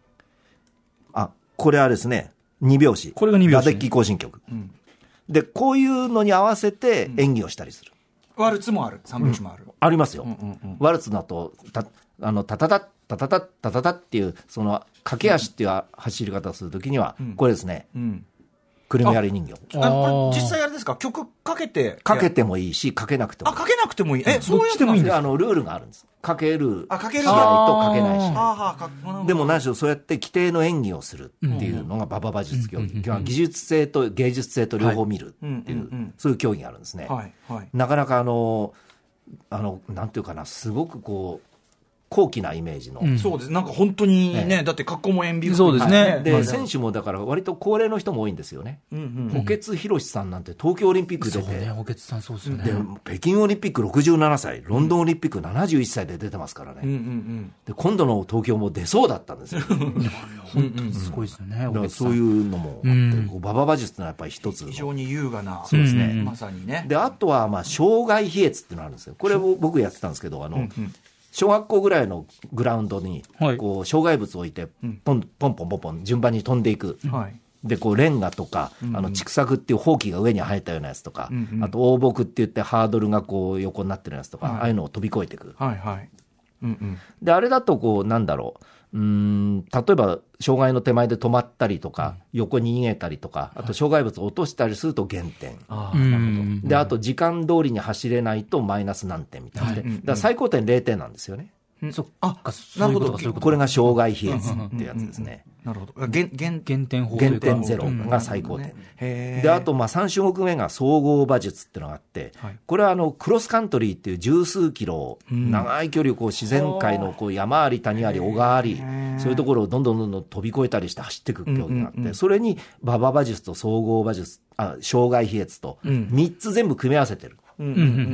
これはですね2拍子、 これが2拍子、 ラデッキ行進曲、でこういうのに合わせて演技をしたりする。 ワルツもある、3拍子もある、 ありますよ。ワルツだとタタタタタタタタタっていうその駆け足っていう走り方をするときには、これですね、くるみ割り人形。 これ実際あれですか、曲かけてもいいし、かけなくてもいい。 かけなくてもいい。 そういうのもいいんですか。 ルールがあるんです。かける試合とかけない試合。でも何しろそうやって規定の演技をするっていうのが馬場馬術競技。技術性と芸術性と両方見るっていう、そういう競技があるんですね。なかなかなんていうかな、すごくこう高貴なイメージの、 そうです。なんか本当にね、だって格好も塩ビ服。 そうですね。 で選手もだから割と高齢の人も多いんですよね。補欠宏さんなんて東京オリンピック出て、 補欠さんそうですよね。 で北京オリンピック67歳、ロンドンオリンピック71歳で出てますからね。で今度の東京も出そうだったんですよ。 本当にすごいですよね。 だからそういうのもあって、馬場馬術ってのはやっぱり一つ非常に優雅な、 そうですね。 まさにね。 であとは障害飛越っていうのがあるんですよ。これを僕やってたんですけど、小学校ぐらいのグラウンドにこう障害物を置いてポンポンポンポンポン順番に飛んでいく、でこうレンガとか畜作っていうほうきが上に生えたようなやつとか、あと大木って言ってハードルがこう横になってるやつとか、ああいうのを飛び越えていく。であれだとこうなんだろう、例えば障害の手前で止まったりとか、横に逃げたりとか、あと障害物を落としたりすると減点、であと時間通りに走れないとマイナス何点みたいな、だから最高点0点なんですよね。 なるほど。 これが障害飛越ってやつですね。 なるほど。減点法減点ゼロが最高点。であと3種目目が総合馬術っていうのがあって、これはクロスカントリーっていう十数キロ、長い距離をこう自然界のこう山あり谷あり小川あり、そういうところをどんどん飛び越えたりして走っていく競技があって、それに馬場馬術と総合馬術、障害飛越と3つ全部組み合わせてる。で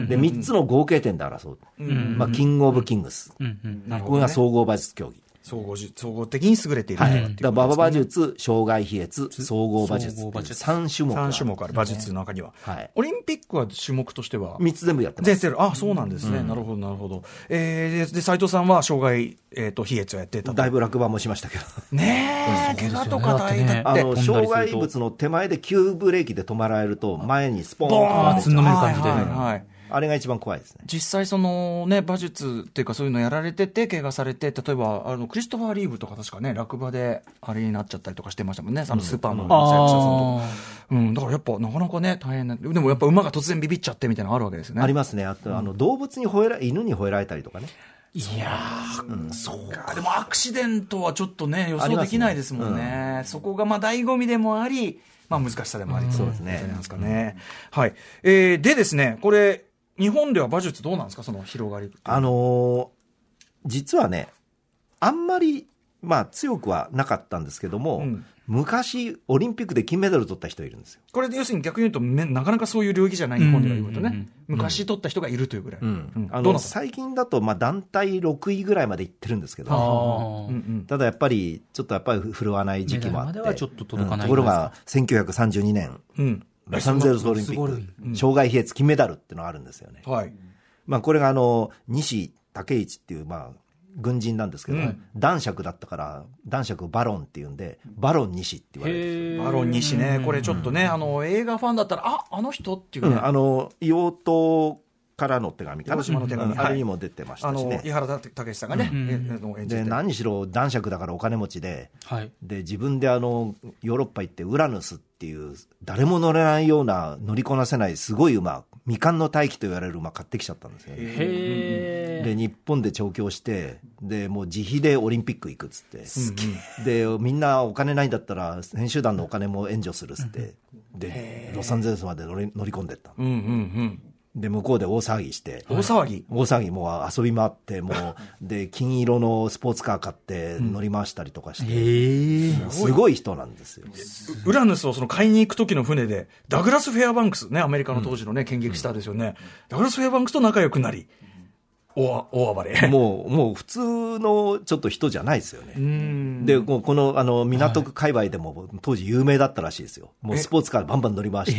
3つの合計点で争う、キングオブキングス、これが総合馬術競技。 総合的に優れている、 馬場馬術、障害飛越、総合馬術3種目ある馬術の中には、オリンピックは種目としては 3つ全部やってます。 そうなんですね。なるほどなるほど。で斉藤さんは障害飛越をやってた。 だいぶ落馬もしましたけどね。怪我とか大変だって、 障害物の手前で急ブレーキで止まられると前にスポーンとつんのめる感じで、 あれが一番怖いですね。 実際そのね、馬術っていうかそういうのやられてて怪我されて、例えばクリストファー・リーブとか確かね、落馬であれになっちゃったりとかしてましたもんね、スーパーマンの役者さんとか。だからやっぱなかなかね大変な。でもやっぱ馬が突然ビビっちゃってみたいなのあるわけですよね。 ありますね。あと動物に犬に吠えられたりとかね。 いやそうか。でもアクシデントはちょっとね予想できないですもんね。そこが醍醐味でもあり、 まあ、難しさでもありそうですね。 なんですかね。はい。でですね、これ、日本では馬術どうなんですか、その広がり。 実はね、あんまり、まあ、強くはなかったんですけども、昔、オリンピックで金メダル取った人いるんですよ。 これで要するに逆に言うと、なかなかそういう領域じゃない、日本では言うとね、昔取った人がいるというぐらい。 最近だと、まあ、団体6位ぐらいまでいってるんですけど、ただやっぱり、ちょっとやっぱり振るわない時期もあって、ところが、1932年、ロサンゼルスオリンピック、障害比率金メダルっていうのがあるんですよね。まあ、これが西武一っていう、まあ、軍人なんですけど、男爵だったから男爵バロンっていうんでバロン西って言われるんですよ。 バロン西ね、これちょっとね、映画ファンだったらあの人っていうね、 硫黄島からの手紙かな、 島の手紙、 あれにも出てましたしね、 井原武さんがね、 で何しろ男爵だからお金持ちで、で自分でヨーロッパ行ってウラヌスっていう誰も乗れないような乗りこなせないすごい馬、未完の大器と言われる馬買ってきちゃったんですよね。で日本で調教して、でもう自費でオリンピック行くっつって、でみんなお金ないんだったら選手団のお金も援助するっつって、でロサンゼルスまで乗り込んでった。で向こうで大騒ぎして、 大騒ぎもう遊び回って、もうで金色のスポーツカー買って乗り回したりとかして、すごい人なんですよ。 ウラヌスをその買いに行く時の船でダグラス・フェアバンクスね、アメリカの当時のね、剣撃スターですよね、ダグラス・フェアバンクスと仲良くなり大暴れ。 もう普通のちょっと人じゃないですよね。でこの港区界隈でも当時有名だったらしいですよ。もうスポーツカーバンバン乗り回して、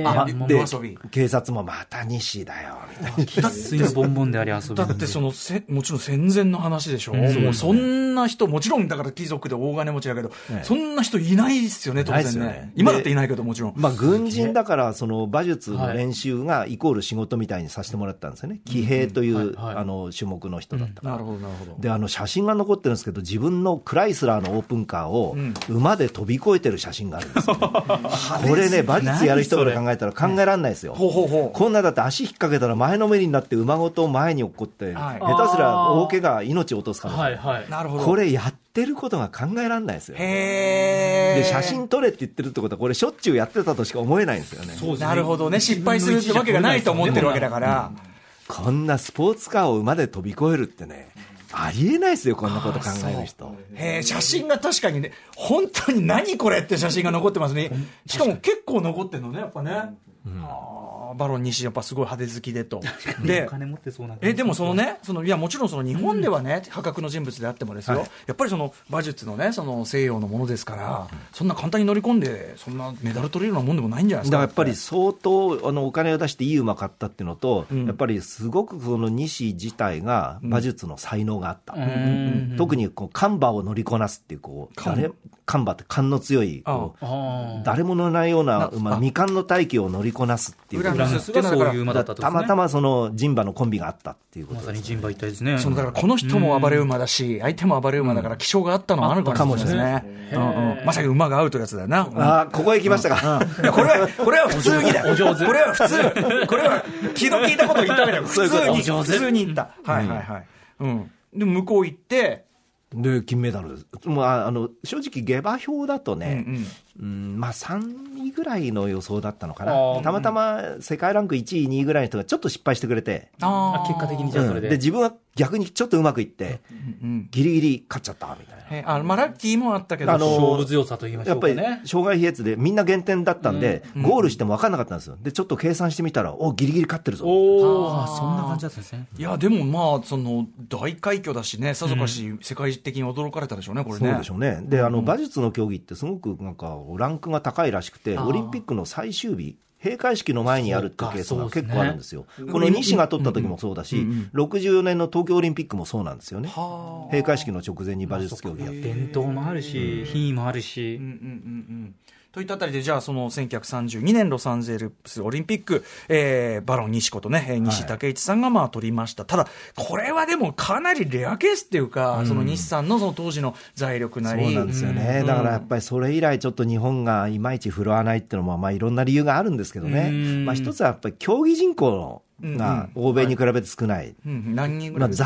で警察もまた西だよみたいな、 水のボンボンであり遊び、 だってもちろん戦前の話でしょ、もうそんな人、もちろんだから貴族で大金持ちだけど、そんな人いないですよね、当然ね。今だっていないけど、もちろん、 まあ、軍人だからその馬術の練習がイコール騎事みたいにさせてもらったんですよね。騎兵という種目の人だったから、 なるほどなるほど。 で写真が残ってるんですけど、自分のクライスラーのオープンカーを馬で飛び越えてる写真があるんですよ、これね、馬術やる人から考えたら考えられないですよ。こんなだって足引っ掛けたら前のめりになって馬ごと前に落っこって、下手すら大怪我、命を落とす可能性、 なるほど、 これやってることが考えられないですよ。で写真撮れって言ってるってことは、これしょっちゅうやってたとしか思えないんですよね。 なるほどね、失敗するってわけがないと思ってるわけだから、 こんなスポーツカーを馬で飛び越えるってね、ありえないですよ、こんなこと考える人。 写真が確かにね、本当に何これって写真が残ってますね。しかも結構残ってるのね、やっぱね。バロン西やっぱすごい派手好きでと。で、でもそのね、いやもちろんその日本ではね、破格の人物であってもですよ、やっぱりその馬術のね、その西洋のものですから、そんな簡単に乗り込んでそんなメダル取れるようなもんでもないんじゃないですか。 だからやっぱり相当お金を出していい馬買ったっていうのと、やっぱりすごくその西自体が馬術の才能があった。特にカンバを乗りこなすっていうカンバって勘の強い誰も乗らないような馬、未完の大器を乗りこなすっていう。 そういう馬だったと、 たまたまその人馬のコンビがあったっていうことです、 まさに人馬一体ですね。 だからこの人も暴れ馬だし、相手も暴れ馬だから気性があったのはあるかもしれないですね。まさに馬が合うというやつだよな。 ここへ来ましたか。 これは普通にだ。これは普通。これは気の利いたことを言ったわけだよ。普通に言った。で向こう行って。 で金メダル、もう正直下馬評だとね、まあ3位ぐらいの予想だったのかな。たまたま世界ランク1位2位ぐらいの人がちょっと失敗してくれて、 結果的にじゃあそれで、 で自分は逆にちょっとうまくいって、ギリギリ勝っちゃったみたいな。 まあ、ラッキーもあったけど、 勝負強さと言いましょうかね。 やっぱり障害比率でみんな減点だったんで、ゴールしても分かんなかったんですよ。でちょっと計算してみたら、ギリギリ勝ってるぞ。 そんな感じだったんですね。 いやでもまあその大快挙だしね、さぞかし世界的に驚かれたでしょうね、これね。 そうでしょうね。で馬術の競技ってすごくなんかランクが高いらしくて、オリンピックの最終日、閉会式の前にやるっていうケースが結構あるんですよ。この西が取った時もそうだし、64年の東京オリンピックもそうなんですよね。閉会式の直前に馬術競技やって、 伝統もあるし、品位もあるし、 といったあたりで、じゃあその1932年ロサンゼルスオリンピック、バロン西ことね、西武一さんがまあ取りました。ただこれはでもかなりレアケースっていうか、その西さんのその当時の財力なり、 そうなんですよね。だからやっぱりそれ以来ちょっと日本がいまいち振るわないっていうのもまあいろんな理由があるんですけどね。一つはやっぱり競技人口が欧米に比べて少ない。 何人ぐらいですか。 ざっ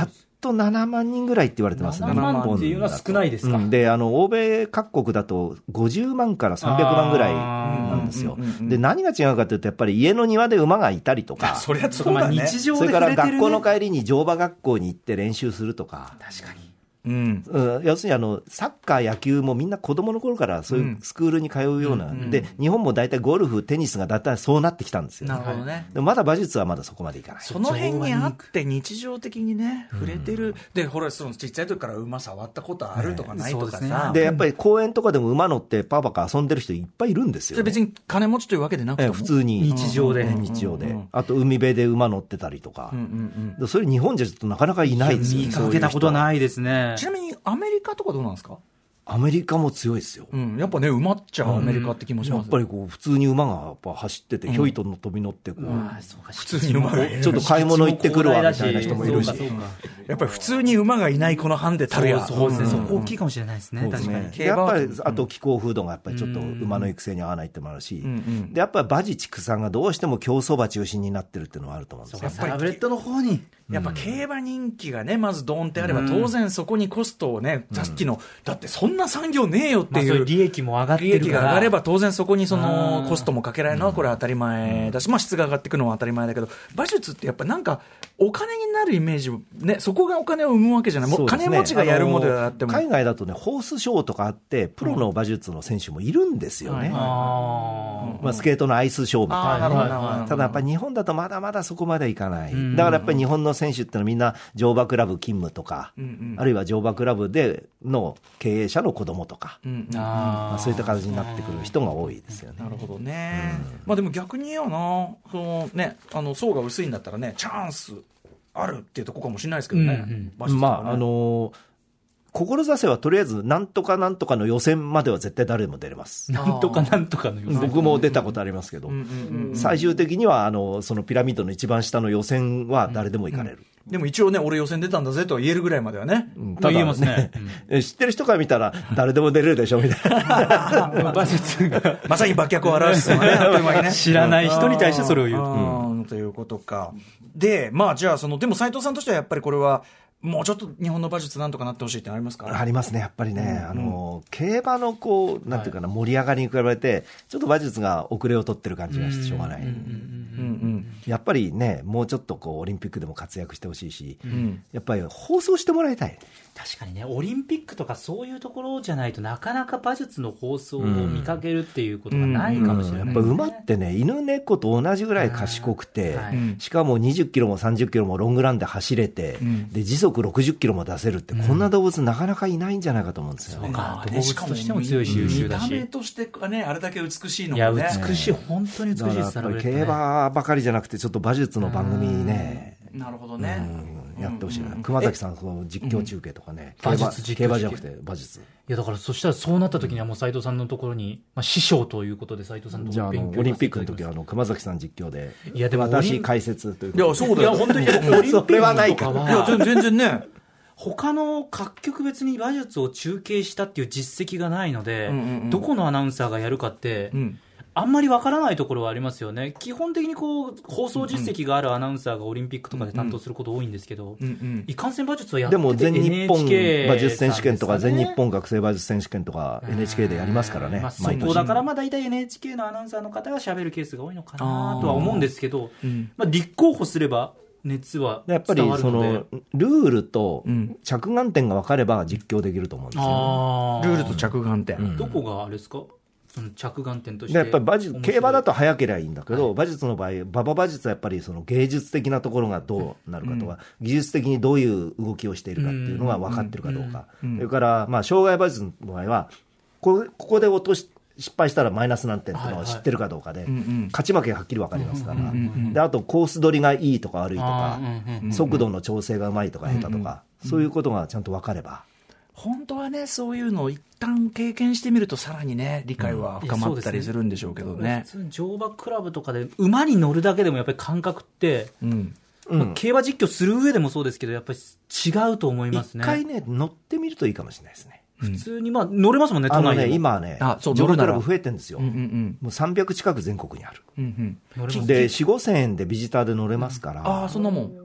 と7万人ぐらいって言われてますね。 7万っていうのは少ないですか。 で、欧米各国だと50万から300万ぐらいなんですよ。で、何が違うかというと、やっぱり家の庭で馬がいたりとか、 そりゃそうだね。 日常それからで触れてるね。 学校の帰りに乗馬学校に行って練習するとか。 確かに。 要するにサッカー、野球もみんな子供の頃からそういうスクールに通うような、で日本も大体ゴルフ、テニスが大体そうなってきたんですよ。 なるほどね。 でもまだ馬術はまだそこまでいかない。 その辺にあって日常的にね触れてる、でほらそのちっちゃい時から馬触ったことあるとかないとかさ、 でやっぱり公園とかでも馬乗ってパパ遊んでる人いっぱいいるんですよ、 それ別に金持ちというわけでなくても普通に日常で、 あと海辺で馬乗ってたりとか、それ日本じゃちょっとなかなかいないですよね。 見かけたことないですね。 ちなみにアメリカとかどうなんですか？ アメリカも強いですよ。 やっぱね、馬っちゃアメリカって気もします。 やっぱりこう普通に馬がやっぱ走ってて、ひょいと飛び乗ってこう、 普通に馬がちょっと買い物行ってくるわみたいな人もいるし、 やっぱり普通に馬がいないこのハンデたるや、 そうですね、そこ大きいかもしれないですね。確かに。 やっぱりあと気候風土がやっぱりちょっと馬の育成に合わないってのもあるし、でやっぱり馬事畜産がどうしても競走馬中心になってるっていうのはあると思うんですよ。 サラブレッドの方に。 やっぱ競馬人気がね、まずドーンってあれば、当然そこにコストをね、さっきの、だってそんな産業ねえよっていう。 利益も上がってるから。 利益が上がれば当然そこにそのコストもかけられるのはこれは当たり前だし、まあ質が上がっていくのは当たり前だけど、馬術ってやっぱなんかお金になるイメージ、ね、そこがお金を生むわけじゃない。もう金持ちがやるものではあっても。 海外だとね、ホースショーとかあって、プロの馬術の選手もいるんですよね。まあスケートのアイスショーみたいなね。ただやっぱり日本だとまだまだそこまでいかない。だからやっぱり日本の選手ってのはみんな乗馬クラブ勤務とか、あるいは乗馬クラブでの経営者の子供とか、まあ、そういった形になってくる人が多いですよね。 なるほどね。まあでも逆に言えばな、そのね、層が薄いんだったらね、チャンスあるっていうとこかもしれないですけどね。 まあ志はとりあえずなんとかなんとかの予選までは絶対誰でも出れます。 なんとかなんとかの予選。 僕も出たことありますけど、最終的にはそのピラミッドの一番下の予選は誰でも行かれる。 でも一応ね、俺予選出たんだぜとは言えるぐらいまではね。 ただ言えますね。知ってる人から見たら誰でも出れるでしょみたいな。 馬術がまさに馬脚を表すのね。 知らない人に対してそれを言うということか。で、まあじゃあでも斉藤さんとしてはやっぱりこれはもうちょっと日本の馬術なんとかなってほしいってありますか？ ありますね、やっぱりね。競馬のこうなんていうかな、盛り上がりに比べてちょっと馬術が遅れを取ってる感じがしてしょうがない。やっぱりね、もうちょっとこうオリンピックでも活躍してほしいし、やっぱり放送してもらいたい。 確かにね、オリンピックとかそういうところじゃないとなかなか馬術の放送を見かけるっていうことがないかもしれない、 やっぱ馬ってね、犬猫と同じぐらい賢くて、しかも20キロも30キロもロングランで走れて、で時速60キロも出せるって、こんな動物なかなかいないんじゃないかと思うんですよね。 そうか、動物としても強いし優秀だし、 見た目としてね、あれだけ美しいのもね。 いや美しい、本当に美しいです。 だから競馬ばかりじゃなくてちょっと馬術の番組ね、 なるほどね、 やってほしいな。熊崎さん、その実況中継とかね、 馬術実況、 競馬じゃなくて馬術。 いやだからそしたらそうなった時にはもう斉藤さんのところに、師匠ということで斉藤さんのところに勉強オリンピックの時は熊崎さん実況で、 いやでも私解説ということで。 いやそうだよ。 いや本当にオリンピックとかは、 いや全然ね。 他の各局別に馬術を中継したっていう実績がないので、どこのアナウンサーがやるかって、あんまりわからないところはありますよね。基本的にこう放送実績があるアナウンサーがオリンピックとかで担当すること多いんですけど、いかんせん馬術はやってて、 でも全日本 NHK 馬術選手権とか、全日本学生馬術選手権とか NHK でやりますからね。 そこだから大体 NHK のアナウンサーの方が喋るケースが多いのかなとは思うんですけど、立候補すれば熱は伝わるので、 やっぱりそのルールと着眼点が分かれば実況できると思うんですよ、 ルールと着眼点、 どこがあれですか、その着眼点として。 やっぱり競馬だと速ければいいんだけど、馬術の場合、馬場馬術はやっぱりその芸術的なところがどうなるかとか、技術的にどういう動きをしているかっていうのが分かってるかどうか、それからまあ障害馬術の場合はここで落とし失敗したらマイナス何点っていうのを知ってるかどうかで、勝ち負けがはっきり分かりますから、であとコース取りがいいとか悪いとか、速度の調整がうまいとか下手とか、そういうことがちゃんと分かれば、 本当はね、そういうのを一旦経験してみるとさらにね理解は深まったりするんでしょうけどね。 普通に乗馬クラブとかで馬に乗るだけでもやっぱり感覚って、競馬実況する上でもそうですけどやっぱり違うと思いますね。 一回ね乗ってみるといいかもしれないですね。 普通にまあ乗れますもんね、都内でも。 今はね、乗馬クラブ増えてるんですよ。もう300近く全国にある。で4、5千円でビジターで乗れますから。 そんなもん。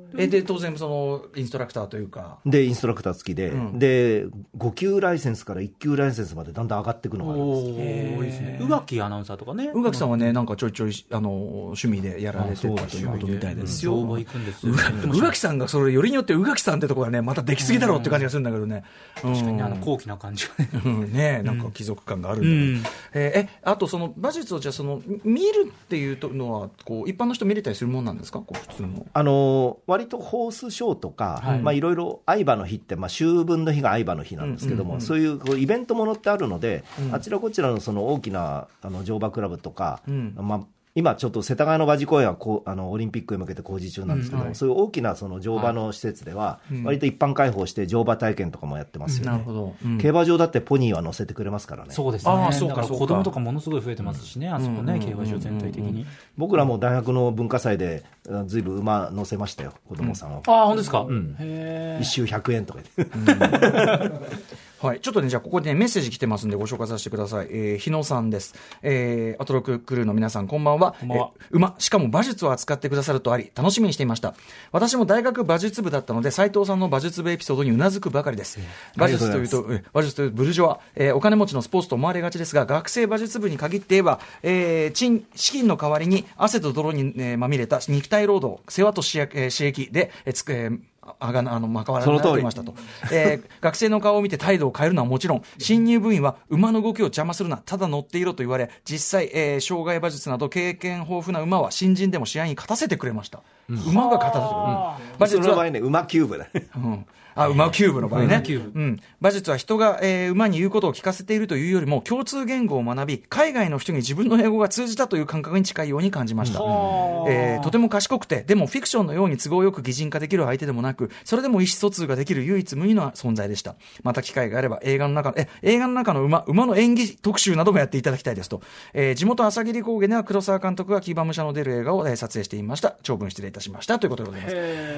で当然そのインストラクターというかでインストラクター付きで、で5級ライセンスから1級ライセンスまでだんだん上がっていくのがあるんですよ。 宇垣アナウンサーとかね、 宇垣さんはねなんかちょいちょい趣味でやられてたということみたいですよ。 乗馬行くんですよ。 宇垣さんがそれよりによって宇垣さんってところがねまたできすぎだろうって感じがするんだけどね。 確かに高貴な感じがね。 ねなんか貴族感があるんだけど、あとその馬術をじゃあその見るっていうのはこう一般の人見れたりするもんなんですか、こう普通の。 割とホースショーとか、いろいろ愛馬の日って、秋分の日が愛馬の日なんですけども、そういうこうイベントものってあるので、あちらこちらのその大きな乗馬クラブとか、今ちょっと世田谷の馬事公園はオリンピックへ向けて工事中なんですけども、そういう大きなその乗馬の施設では割と一般開放して乗馬体験とかもやってますよね。 なるほど。 競馬場だってポニーは乗せてくれますからね。 そうですね。 そうかだから子供とかものすごい増えてますしね、あそこね、競馬場全体的に。 僕らも大学の文化祭でずいぶん馬乗せましたよ、子供さんを。 本当ですか。 一周100円とか言ってはい、ちょっとね、じゃあここで、ね、メッセージ来てますんでご紹介させてください。日野さんです。アトロククルーの皆さんこんばんは。馬、しかも馬術を扱ってくださるとあり楽しみにしていました。私も大学馬術部だったので斉藤さんの馬術部エピソードにうなずくばかりです。馬術というとブルジョワ、お金持ちのスポーツと思われがちですが、学生馬術部に限って言えば、資金の代わりに汗と泥に、まみれた肉体労働、世話と刺激で、まかわらになっていましたと。学生の顔を見て態度を変えるのはもちろん、新入部員は馬の動きを邪魔するな、ただ乗っていろと言われ、実際、障害馬術など経験豊富な馬は新人でも試合に勝たせてくれました。馬が勝たせてくれる。馬術はその場合ね、馬キューブだね。 馬キューブの場合ね。馬術は人が、馬に言うことを聞かせているというよりも共通言語を学び、海外の人に自分の英語が通じたという感覚に近いように感じました。とても賢くて、でもフィクションのように都合よく擬人化できる相手でもなく、それでも意思疎通ができる唯一無二の存在でした。また機会があれば映画の中の馬の演技特集などもやっていただきたいですと。地元朝霧高原では黒沢監督が騎馬武者の出る映画を、撮影していました。長文失礼いたしましたということでございます。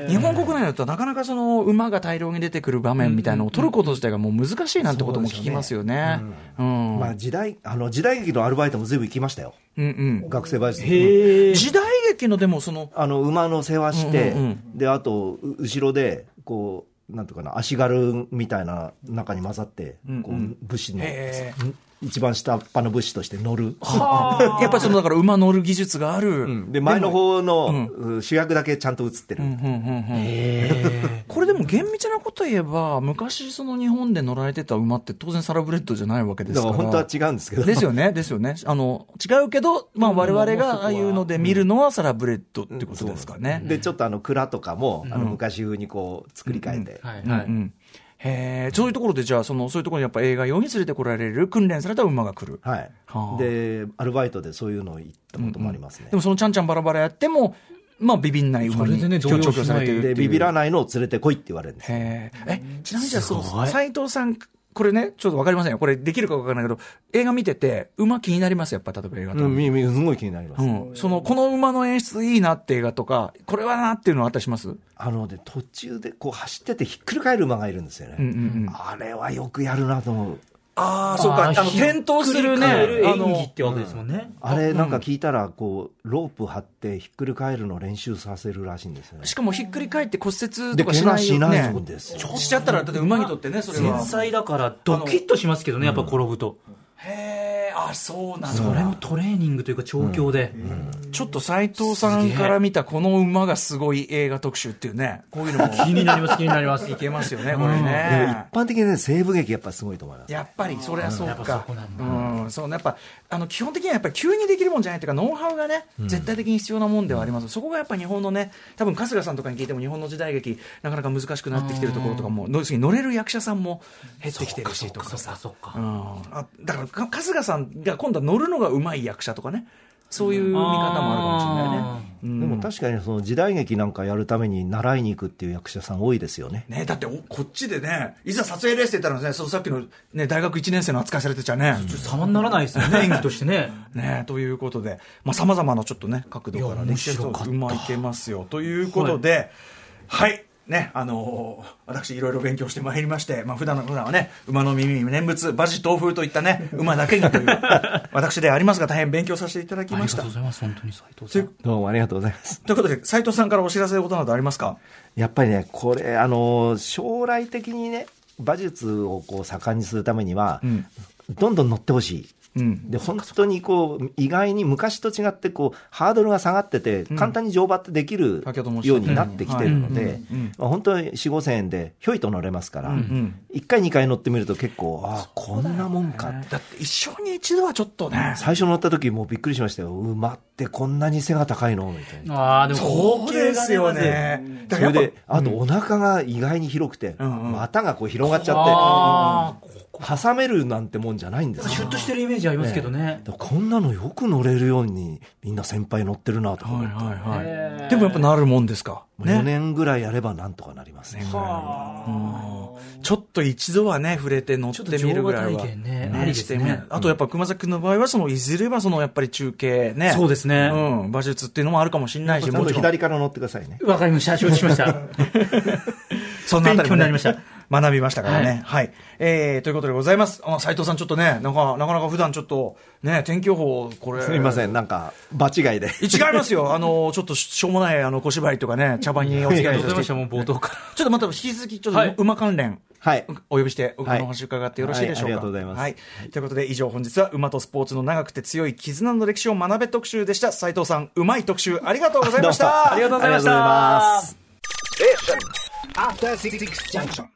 日本国内だとなかなかその馬が大量に出てくる場面みたいなのを撮ること自体がもう難しいなんてことも聞きますよね。 時代劇のアルバイトも随分行きましたよ。学生バイト時代劇のでもその馬の世話して、であと後ろでこうなんとかな足軽みたいな中に混ざって、こう武士の一番下っ端の武士として乗る。 やっぱりそのだから馬乗る技術がある。 で前の方の主役だけちゃんと映ってる。 これでも厳密なこと言えば昔その日本で乗られてた馬って当然サラブレッドじゃないわけですから。 だから本当は違うんですけど。 ですよね。違うけど、我々がああいうので見るのはサラブレッドってことですかね。 でちょっと蔵とかも昔風にこう作り変えて。 そういうところでじゃあそういうところにやっぱ映画用に連れてこられる訓練された馬が来る。 でアルバイトでそういうの行ったこともありますね。 でもそのちゃんちゃんバラバラやってもビビんない馬に調教されてるっていう。 でビビらないのを連れてこいって言われるんです。 ちなみにじゃあ斉藤さんこれねちょっと分かりませんよ、これできるか分からないけど映画見てて馬気になります。やっぱ例えば映画とか、 すごい気になります。 この馬の演出いいなって映画とかこれはなっていうのはあったりします？ 途中でこう走っててひっくり返る馬がいるんですよね。あれはよくやるなと思う。 そうか、転倒するね演技ってわけですもんね。 あれなんか聞いたらこうロープ張ってひっくり返るのを練習させるらしいんですよね。 しかもひっくり返って骨折とかしないよね。 怪我しないそうです。 しちゃったらだって馬にとってねそれは繊細だからドキッとしますけどね、やっぱ転ぶと。 そうなんだ。 それもトレーニングというか調教で、 ちょっと斉藤さんから見たこの馬がすごい映画特集っていうね、こういうのも気になりますいけますよねこれね。 一般的にね西部劇やっぱすごいと思います。 やっぱりそれはそうか。やっぱ基本的にはやっぱり急にできるもんじゃないというかノウハウがね絶対的に必要なもんではあります。そこがやっぱ日本のね、多分春日さんとかに聞いても日本の時代劇なかなか難しくなってきてるところとかも、要するに乗れる役者さんも減ってきてるしとかさ。だから春日さんが今度は乗るのが上手い役者とかね、そういう見方もあるかもしれないね。 でも確かにその時代劇なんかやるために習いに行くっていう役者さん多いですよね。 だってこっちでね、いざ撮影レースって言ったらね、さっきの、ね、大学1年生の扱いされてちゃね、 様にならないですよね演技としてね。 ということで、さまざまなちょっとね角度からできてるとうまいけますよということで、はい。 ね、私いろいろ勉強してまいりまして、普段はね、馬の耳に念仏、馬事豆腐といったね、馬だけにという、私でありますが、大変勉強させていただきました。 ありがとうございます、本当に斉藤さん。 どうもありがとうございます。 ということで、斉藤さんからお知らせのことなどありますか？ やっぱりね、これ、将来的にね、馬術をこう盛んにするためには、どんどん乗ってほしい。で本当にこう意外に昔と違ってこうハードルが下がってて簡単に乗馬ってできるようになってきてるので、本当に4、5,000円でひょいと乗れますから、1回2回乗ってみると結構こんなもんかって。 だって一生に一度はちょっとね、 最初乗った時もうびっくりしましたよ。馬ってこんなに背が高いのみたいな。 でもそうですよね。 それであとお腹が意外に広くて、股がこう広がっちゃって挟めるなんてもんじゃないんですよ。 シュッとしてるイメージありますけどね。 こんなのよく乗れるようにみんな先輩乗ってるなと思って、 でもやっぱなるもんですか、 4年ぐらいやればなんとかなりますね。 ちょっと一度はね触れて乗ってみるぐらいはありですね。 あとやっぱ熊崎君の場合はいずれはやっぱり中継ね、 そうですね、 馬術っていうのもあるかもしれないし、 もちろん左から乗ってくださいね。 わかりました、承知しましたそんなあたりも、 勉強になりました、 学びましたからね。はい。ということでございます。斉藤さんちょっとね、なかなか普段ちょっとね、天気予報、これ。 すみません、なんか、場違いで。 違いますよ。ちょっとしょうもない、小芝居とかね、茶番にお付き合いして。 もう冒頭から。 ちょっとまた引き続き、ちょっと馬関連。 はい。 お呼びして、お話伺ってよろしいでしょうか。 ありがとうございます。 はい。ということで、以上本日は馬とスポーツの長くて強い絆の歴史を学べ特集でした。斉藤さん、うまい特集、ありがとうございました。 ありがとうございました。 ありがとうございます。 After 66 junction.